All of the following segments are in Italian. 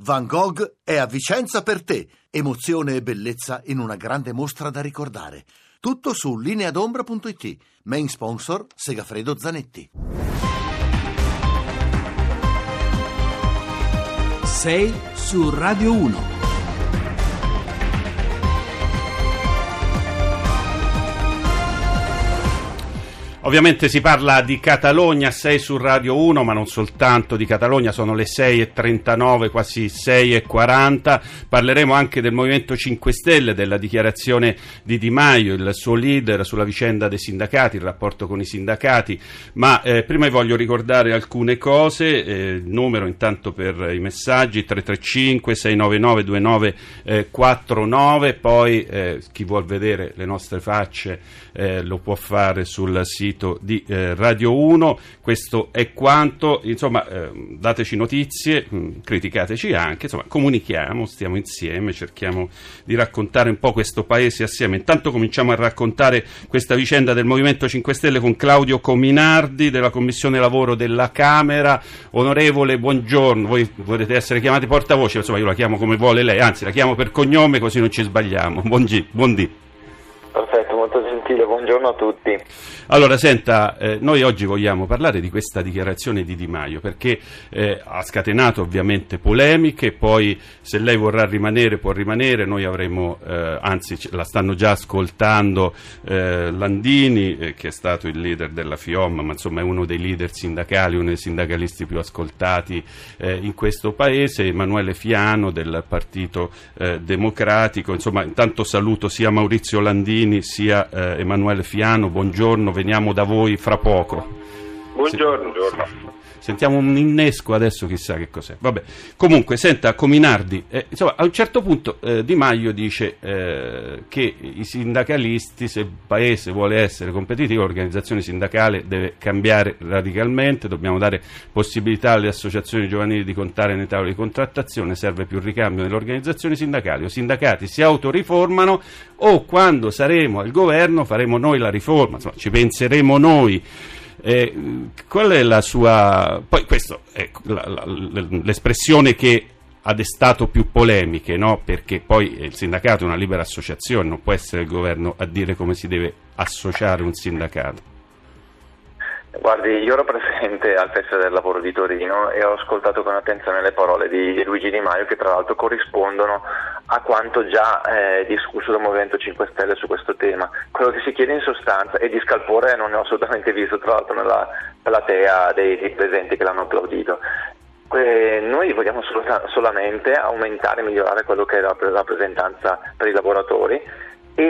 Van Gogh è a Vicenza per te. Emozione e bellezza in una grande mostra da ricordare. Tutto su lineadombra.it. Main sponsor Segafredo Zanetti. Sei su Radio 1. Ovviamente si parla di Catalogna, 6 su Radio 1, ma non soltanto di Catalogna, sono le 6:39, quasi 6:40. Parleremo anche del Movimento 5 Stelle, della dichiarazione di Di Maio, il suo leader, sulla vicenda dei sindacati, il rapporto con i sindacati, ma prima voglio ricordare alcune cose. Il numero intanto per i messaggi 335 699 2949, poi chi vuol vedere le nostre facce lo può fare sul sito di Radio 1. Questo è quanto, insomma, dateci notizie, criticateci anche, insomma, comunichiamo, stiamo insieme, cerchiamo di raccontare un po' questo paese assieme. Intanto cominciamo a raccontare questa vicenda del Movimento 5 Stelle con Claudio Cominardi della Commissione Lavoro della Camera. Onorevole, buongiorno, voi volete essere chiamati portavoce, insomma io la chiamo come vuole lei, anzi la chiamo per cognome così non ci sbagliamo. Buondì. Perfetto, molto gentile, buongiorno a tutti. Allora, senta, noi oggi vogliamo parlare di questa dichiarazione di Di Maio, perché ha scatenato ovviamente polemiche, poi se lei vorrà rimanere può rimanere, noi avremo, anzi la stanno già ascoltando Landini, che è stato il leader della FIOM, ma insomma è uno dei leader sindacali, uno dei sindacalisti più ascoltati in questo paese, Emanuele Fiano del Partito Democratico. Insomma, intanto saluto sia Maurizio Landini sia Emanuele Fiano, buongiorno, veniamo da voi fra poco. Buongiorno. Sentiamo un innesco adesso, chissà che cos'è. Vabbè, comunque, senta, Cominardi, insomma, a un certo punto Di Maio dice che i sindacalisti, se il paese vuole essere competitivo, l'organizzazione sindacale deve cambiare radicalmente, dobbiamo dare possibilità alle associazioni giovanili di contare nei tavoli di contrattazione, serve più ricambio nelle organizzazioni sindacali, o sindacati si autoriformano o quando saremo al governo faremo noi la riforma, insomma, ci penseremo noi. Qual è la sua... Poi questo è l'espressione che ha destato più polemiche, no? Perché poi il sindacato è una libera associazione, non può essere il governo a dire come si deve associare un sindacato. Guardi, io ero presente al Festival del Lavoro di Torino e ho ascoltato con attenzione le parole di Luigi Di Maio, che tra l'altro corrispondono a quanto già discusso dal Movimento 5 Stelle su questo tema. Quello che si chiede in sostanza, e di scalpore non ne ho assolutamente visto tra l'altro nella platea dei presenti che l'hanno applaudito, noi vogliamo solamente aumentare e migliorare quello che è la rappresentanza per i lavoratori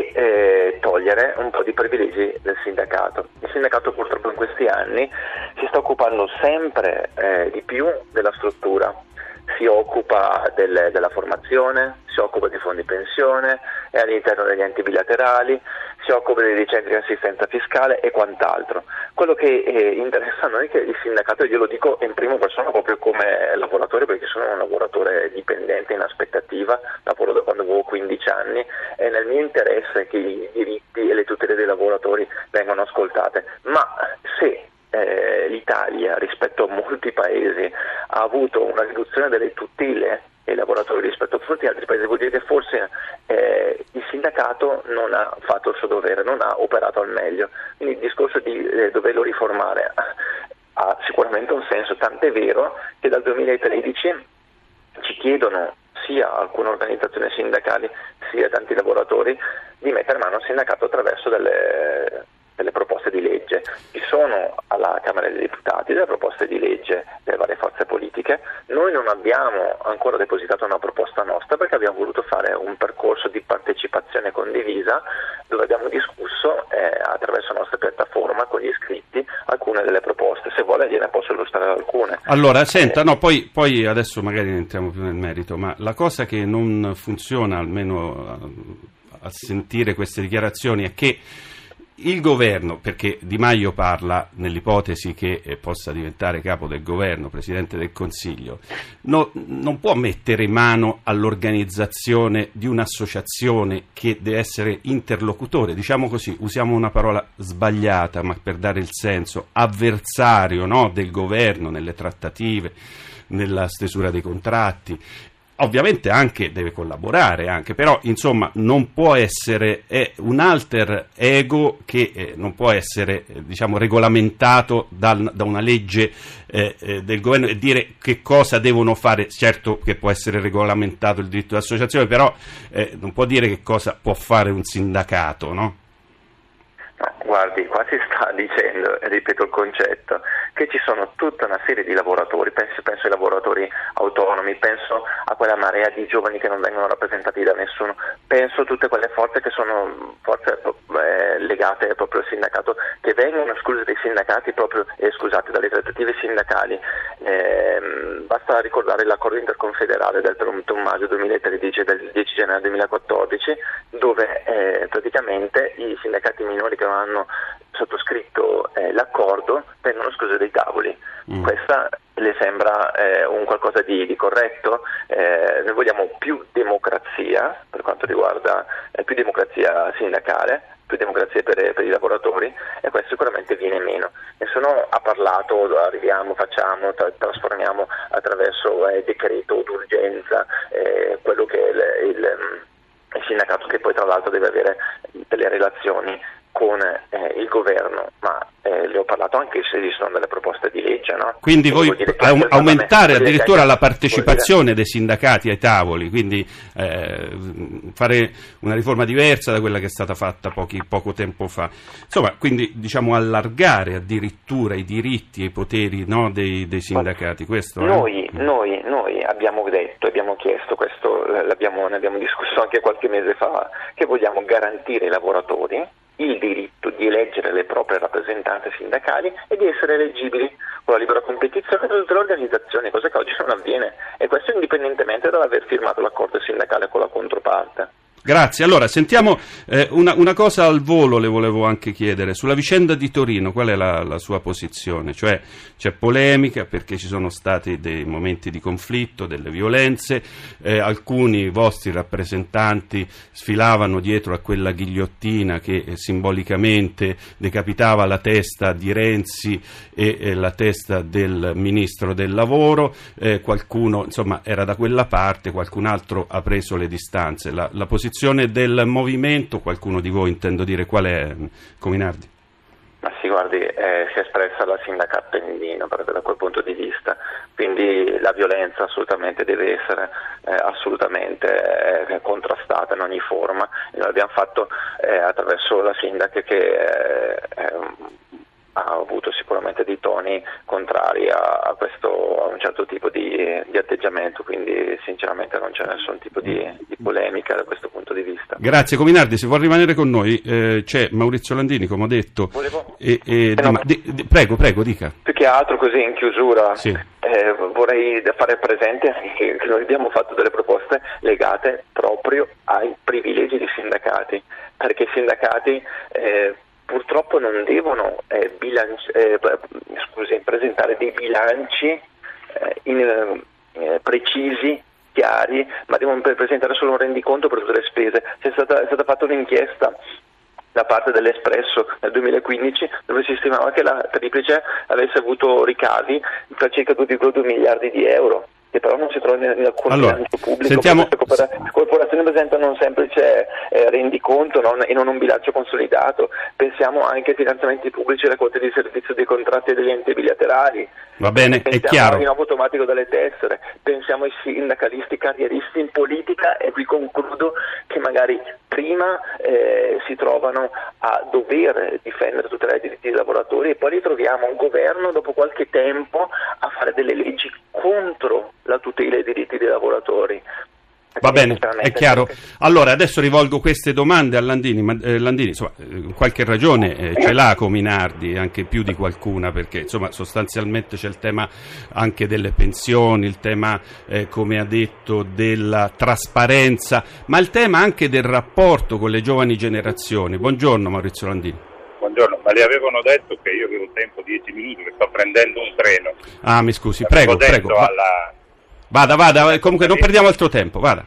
e togliere un po' di privilegi del sindacato. Il sindacato purtroppo in questi anni si sta occupando sempre di più della struttura, si occupa della formazione, si occupa di fondi pensione, è all'interno degli enti bilaterali, si occupa dei centri di assistenza fiscale e quant'altro. Quello che interessa a noi è che il sindacato, io lo dico in prima persona proprio come lavoratore, perché sono un lavoratore dipendente in aspettativa, lavoro da quando avevo 15 anni e nel mio interesse che i diritti e le tutele dei lavoratori vengano ascoltate, ma se l'Italia rispetto a molti paesi ha avuto una riduzione delle tutele ai lavoratori rispetto a molti altri paesi, vuol dire che forse il sindacato non ha fatto il suo dovere, non ha operato al meglio. Quindi il discorso di doverlo riformare ha sicuramente un senso, tant'è vero che dal 2013 ci chiedono sia alcune organizzazioni sindacali sia tanti lavoratori di mettere mano al sindacato attraverso delle proposte di legge. Ci sono alla Camera dei Deputati delle proposte di legge delle varie forze politiche, noi non abbiamo ancora depositato una proposta nostra perché abbiamo voluto fare un percorso di partecipazione condivisa dove abbiamo discusso attraverso la nostra piattaforma con gli iscritti alcune delle proposte. Se vuole gliene posso illustrare alcune. Allora, senta, no, poi adesso magari entriamo più nel merito, ma la cosa che non funziona, almeno a sentire queste dichiarazioni, è che il governo, perché Di Maio parla nell'ipotesi che possa diventare capo del governo, presidente del Consiglio, non può mettere mano all'organizzazione di un'associazione che deve essere interlocutore, diciamo così, usiamo una parola sbagliata ma per dare il senso, avversario, no, del governo nelle trattative, nella stesura dei contratti. ovviamente anche deve collaborare, anche, però insomma non può essere un alter ego che non può essere diciamo regolamentato da una legge del governo e dire che cosa devono fare. Certo che può essere regolamentato il diritto d'associazione, però non può dire che cosa può fare un sindacato, no? No, guardi, qua si sta dicendo, e ripeto il concetto, che ci sono tutta una serie di lavoratori, penso ai lavoratori autonomi, penso a quella marea di giovani che non vengono rappresentati da nessuno, penso a tutte quelle forze che sono forze legate proprio al sindacato, che vengono escluse dai sindacati proprio, scusate, dalle trattative sindacali. Basta ricordare l'accordo interconfederale del 31 maggio 2013 e del 10 gennaio 2014, dove praticamente i sindacati minori che non hanno sottoscritto l'accordo vengono escluse dai tavoli. Questa le sembra un qualcosa di corretto? Noi vogliamo più democrazia per quanto riguarda più democrazia sindacale, più democrazia per i lavoratori, e questo sicuramente viene meno. Nessuno ha parlato, arriviamo, facciamo, trasformiamo attraverso decreto d'urgenza quello che è il sindacato, che poi tra l'altro deve avere delle relazioni con il governo, ma le ho parlato anche se esistono delle proposte di legge, no? Quindi voi aumentare addirittura la partecipazione dei sindacati ai tavoli, quindi fare una riforma diversa da quella che è stata fatta poco tempo fa. Insomma, quindi diciamo allargare addirittura i diritti e i poteri, no, dei sindacati. Questo, noi abbiamo detto, abbiamo chiesto questo, ne abbiamo discusso anche qualche mese fa, che vogliamo garantire ai lavoratori il diritto di eleggere le proprie rappresentanze sindacali e di essere eleggibili con la libera competizione da tutte le organizzazioni, cosa che oggi non avviene, e questo indipendentemente dall'aver firmato l'accordo sindacale con la controparte. Grazie. Allora, sentiamo una cosa al volo, le volevo anche chiedere. Sulla vicenda di Torino, qual è la sua posizione? Cioè, c'è polemica perché ci sono stati dei momenti di conflitto, delle violenze, alcuni vostri rappresentanti sfilavano dietro a quella ghigliottina che simbolicamente decapitava la testa di Renzi e la testa del Ministro del Lavoro, qualcuno insomma era da quella parte, qualcun altro ha preso le distanze. La posizione del movimento, qualcuno di voi intendo dire, qual è, Cominardi? Ma sì, guardi, si è espressa la sindaca Appendino proprio da quel punto di vista, quindi la violenza assolutamente deve essere assolutamente contrastata in ogni forma, e lo abbiamo fatto attraverso la sindaca che ha avuto sicuramente dei toni contrari a un certo tipo di atteggiamento, quindi sinceramente non c'è nessun tipo di polemica da questo punto di vista. Grazie. Cominardi, se vuol rimanere con noi c'è Maurizio Landini, come ho detto. Prego, dica. Più che altro così in chiusura, sì. Vorrei fare presente che noi abbiamo fatto delle proposte legate proprio ai privilegi dei sindacati, perché i sindacati purtroppo non devono presentare dei bilanci precisi, chiari, ma devono presentare solo un rendiconto per tutte le spese. È stata fatta un'inchiesta da parte dell'Espresso nel 2015 dove si stimava che la Triplice avesse avuto ricavi per circa 2,2 miliardi di euro, che però non si trova in alcun bilancio pubblico. Sentiamo... Le corporazioni presentano un semplice rendiconto e non un bilancio consolidato. Pensiamo anche ai finanziamenti pubblici, alle quote di servizio dei contratti e degli enti bilaterali. Va bene, pensiamo è chiaro. al rinnovo automatico delle tessere, pensiamo ai sindacalisti carrieristi in politica, e qui concludo, che magari prima si trovano a dover difendere tutte le diritti dei lavoratori e poi ritroviamo un governo dopo qualche tempo a fare delle leggi contro la tutela dei diritti dei lavoratori. Va bene, è chiaro. Allora, adesso rivolgo queste domande a Landini, ma Landini, insomma, qualche ragione ce l'ha Cominardi, anche più di qualcuna, perché insomma sostanzialmente c'è il tema anche delle pensioni, il tema, come ha detto, della trasparenza, ma il tema anche del rapporto con le giovani generazioni. Buongiorno Maurizio Landini. Buongiorno, ma le avevano detto che io avevo tempo 10 minuti, che sto prendendo un treno. Ah, mi scusi, prego. Vada, comunque non perdiamo altro tempo, vada.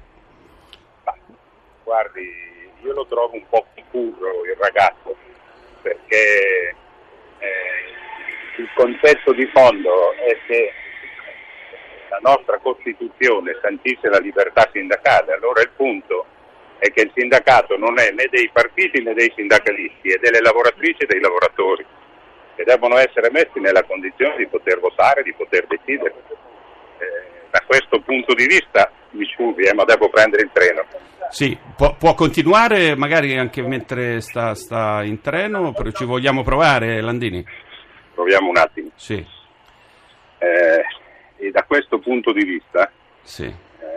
Guardi, io lo trovo un po' puro il ragazzo, perché il concetto di fondo è che la nostra Costituzione sancisce la libertà sindacale, allora il punto è che il sindacato non è né dei partiti né dei sindacalisti, è delle lavoratrici e dei lavoratori, che devono essere messi nella condizione di poter votare, di poter decidere. Da questo punto di vista, mi scusi, ma devo prendere il treno. Sì, può continuare magari anche mentre sta in treno, però ci vogliamo provare, Landini? Proviamo un attimo. Sì. E da questo punto di vista Sì.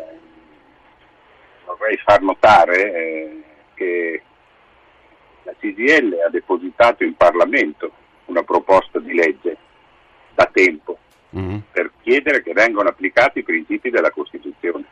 vorrei far notare che la CGIL ha depositato in Parlamento una proposta di legge da tempo per chiedere che vengano applicati i principi della Costituzione.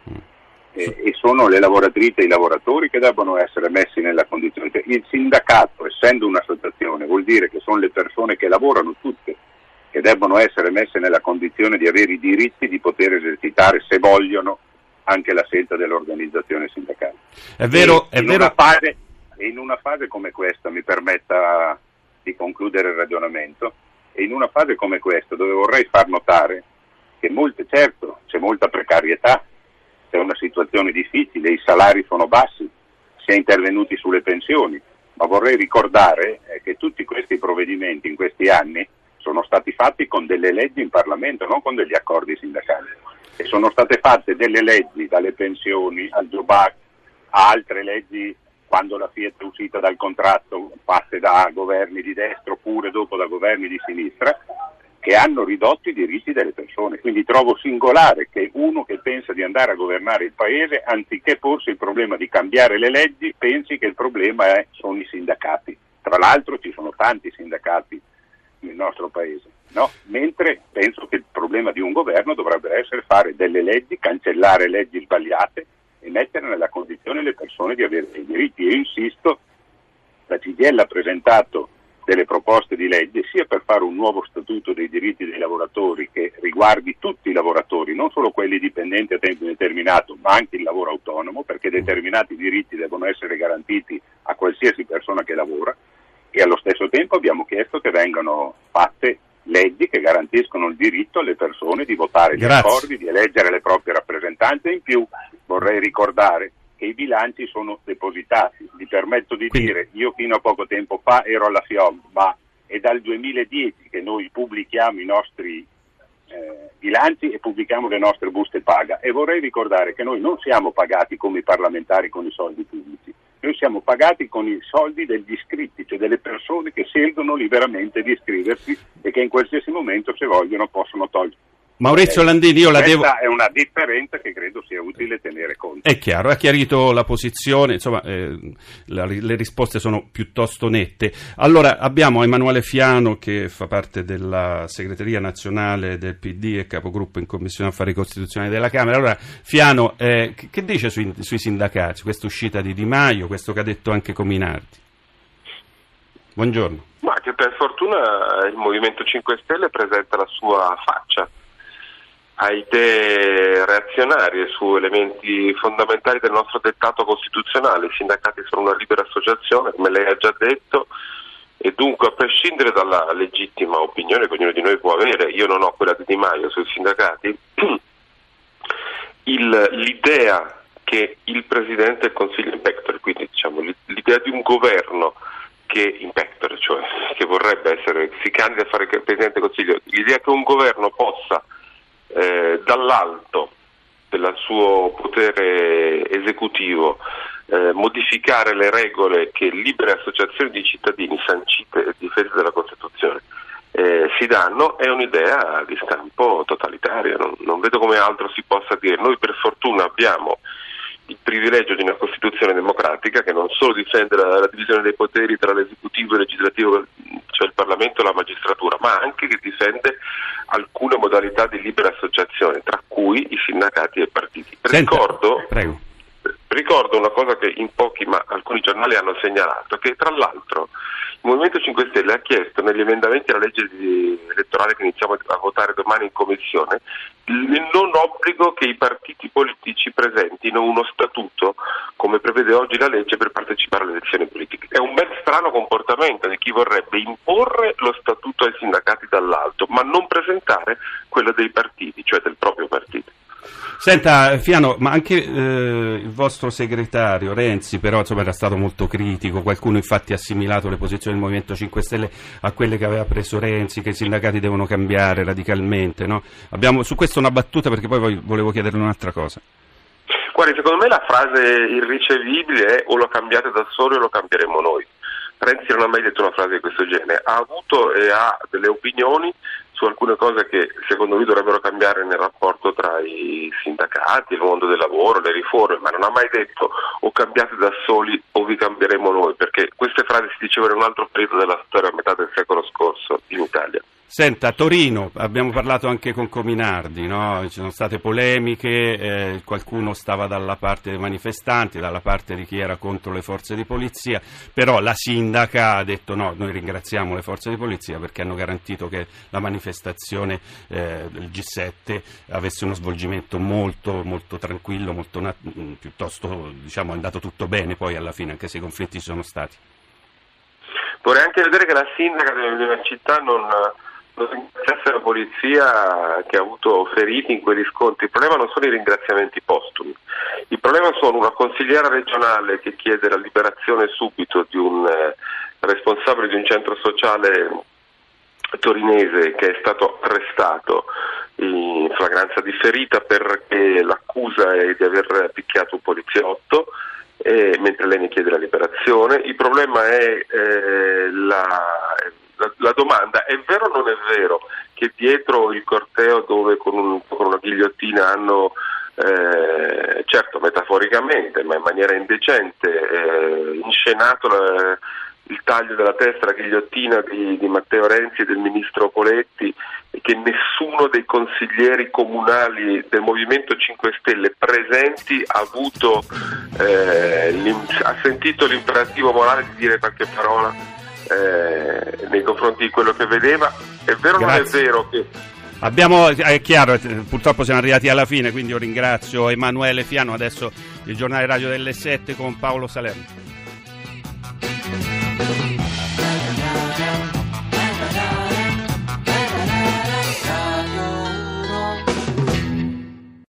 E sono le lavoratrici e i lavoratori che debbono essere messi nella condizione. Il sindacato, essendo un'associazione, vuol dire che sono le persone che lavorano tutte che debbono essere messe nella condizione di avere i diritti di poter esercitare, se vogliono, anche la scelta dell'organizzazione sindacale. È vero, è vero. In una fase come questa, mi permetta di concludere il ragionamento, e in una fase come questa dove vorrei far notare che certo c'è molta precarietà, c'è una situazione difficile, i salari sono bassi, si è intervenuti sulle pensioni, ma vorrei ricordare che tutti questi provvedimenti in questi anni sono stati fatti con delle leggi in Parlamento, non con degli accordi sindacali, e sono state fatte delle leggi, dalle pensioni al Jobs Act a altre leggi quando la Fiat è uscita dal contratto, fatte da governi di destra oppure dopo da governi di sinistra, che hanno ridotto i diritti delle persone. Quindi trovo singolare che uno che pensa di andare a governare il paese, anziché porsi il problema di cambiare le leggi, pensi che il problema sono i sindacati. Tra l'altro ci sono tanti sindacati nel nostro paese, no? Mentre penso che il problema di un governo dovrebbe essere fare delle leggi, cancellare leggi sbagliate e mettere nella condizione le persone di avere dei diritti. Io insisto, la CGIL ha presentato delle proposte di legge sia per fare un nuovo statuto dei diritti dei lavoratori che riguardi tutti i lavoratori, non solo quelli dipendenti a tempo indeterminato, ma anche il lavoro autonomo, perché determinati diritti devono essere garantiti a qualsiasi persona che lavora, e allo stesso tempo abbiamo chiesto che vengano fatte leggi che garantiscono il diritto alle persone di votare gli accordi, di eleggere le proprie rappresentanze. In più vorrei ricordare che i bilanci sono depositati. Vi permetto di dire, io fino a poco tempo fa ero alla FIOM, ma è dal 2010 che noi pubblichiamo i nostri bilanci e pubblichiamo le nostre buste paga, e vorrei ricordare che noi non siamo pagati come i parlamentari con i soldi pubblici, noi siamo pagati con i soldi degli iscritti, cioè delle persone che scelgono liberamente di iscriversi e che in qualsiasi momento, se vogliono, possono togliere. Maurizio Landini, Questa è una differenza che credo sia utile tenere conto. È chiaro, ha chiarito la posizione, insomma le risposte sono piuttosto nette. Allora abbiamo Emanuele Fiano, che fa parte della segreteria nazionale del PD e capogruppo in Commissione Affari Costituzionali della Camera. Allora Fiano, che dice sui sindacati, questa uscita di Di Maio, questo che ha detto anche Cominardi? Buongiorno. Ma che per fortuna il Movimento 5 Stelle presenta la sua faccia. Ha idee reazionarie su elementi fondamentali del nostro dettato costituzionale. I sindacati sono una libera associazione, come lei ha già detto, e dunque, a prescindere dalla legittima opinione che ognuno di noi può avere, io non ho quella di Di Maio sui sindacati, l'idea che il Presidente del Consiglio in pectore, quindi diciamo l'idea di un governo che in pectore, cioè che vorrebbe essere, si candida a fare il Presidente del Consiglio, l'idea che un governo possa dall'alto del suo potere esecutivo modificare le regole che libere associazioni di cittadini sancite e difese dalla Costituzione si danno, è un'idea di stampo totalitario. Non vedo come altro si possa dire. Noi per fortuna abbiamo il privilegio di una Costituzione democratica che non solo difende la divisione dei poteri tra l'esecutivo e il legislativo, cioè il Parlamento e la magistratura, ma anche che difende alcune modalità di libera associazione, tra cui i sindacati e i partiti. Ricordo una cosa che in pochi, ma alcuni giornali hanno segnalato, che tra l'altro il Movimento 5 Stelle ha chiesto negli emendamenti alla legge elettorale che iniziamo a votare domani in commissione il non obbligo che i partiti politici presentino uno statuto, come prevede oggi la legge, per partecipare alle elezioni politiche. È un ben strano comportamento di chi vorrebbe imporre lo statuto ai sindacati dall'alto, ma non presentare quello dei partiti, cioè del proprio partito. Senta Fiano, ma anche il vostro segretario Renzi però insomma era stato molto critico, qualcuno infatti ha assimilato le posizioni del Movimento 5 Stelle a quelle che aveva preso Renzi, che i sindacati devono cambiare radicalmente, no? Abbiamo su questo una battuta, perché poi volevo chiederle un'altra cosa. Guardi, secondo me la frase irricevibile è: o lo cambiate da soli o lo cambieremo noi. Renzi non ha mai detto una frase di questo genere, ha avuto e ha delle opinioni su alcune cose che secondo lui dovrebbero cambiare nel rapporto tra i sindacati, il mondo del lavoro, le riforme, ma non ha mai detto o cambiate da soli o vi cambieremo noi, perché queste frasi si dicevano in un altro periodo della storia, a metà del secolo scorso in Italia. Senta, Torino, abbiamo parlato anche con Cominardi, no? Ci sono state polemiche, qualcuno stava dalla parte dei manifestanti, dalla parte di chi era contro le forze di polizia, però la sindaca ha detto no, noi ringraziamo le forze di polizia perché hanno garantito che la manifestazione del G7 avesse uno svolgimento molto, molto tranquillo, piuttosto, diciamo, è andato tutto bene poi alla fine, anche se i conflitti ci sono stati. Vorrei anche vedere che la sindaca della città non ringraziasse la polizia che ha avuto feriti in quegli scontri. Il problema non sono i ringraziamenti postumi, il problema sono una consigliera regionale che chiede la liberazione subito di un responsabile di un centro sociale torinese che è stato arrestato in flagranza di ferita perché l'accusa è di aver picchiato un poliziotto, mentre lei ne chiede la liberazione. Il problema è la domanda: è vero o non è vero che dietro il corteo, dove con una ghigliottina hanno, certo metaforicamente ma in maniera indecente, inscenato il taglio della testa, la ghigliottina di Matteo Renzi e del ministro Poletti, e che nessuno dei consiglieri comunali del Movimento 5 Stelle presenti ha sentito l'imperativo morale di dire qualche parola nei confronti di quello che vedeva? È vero o non è vero che... È chiaro, purtroppo siamo arrivati alla fine, quindi io ringrazio Emanuele Fiano. Adesso il giornale radio delle 7 con Paolo Salerno.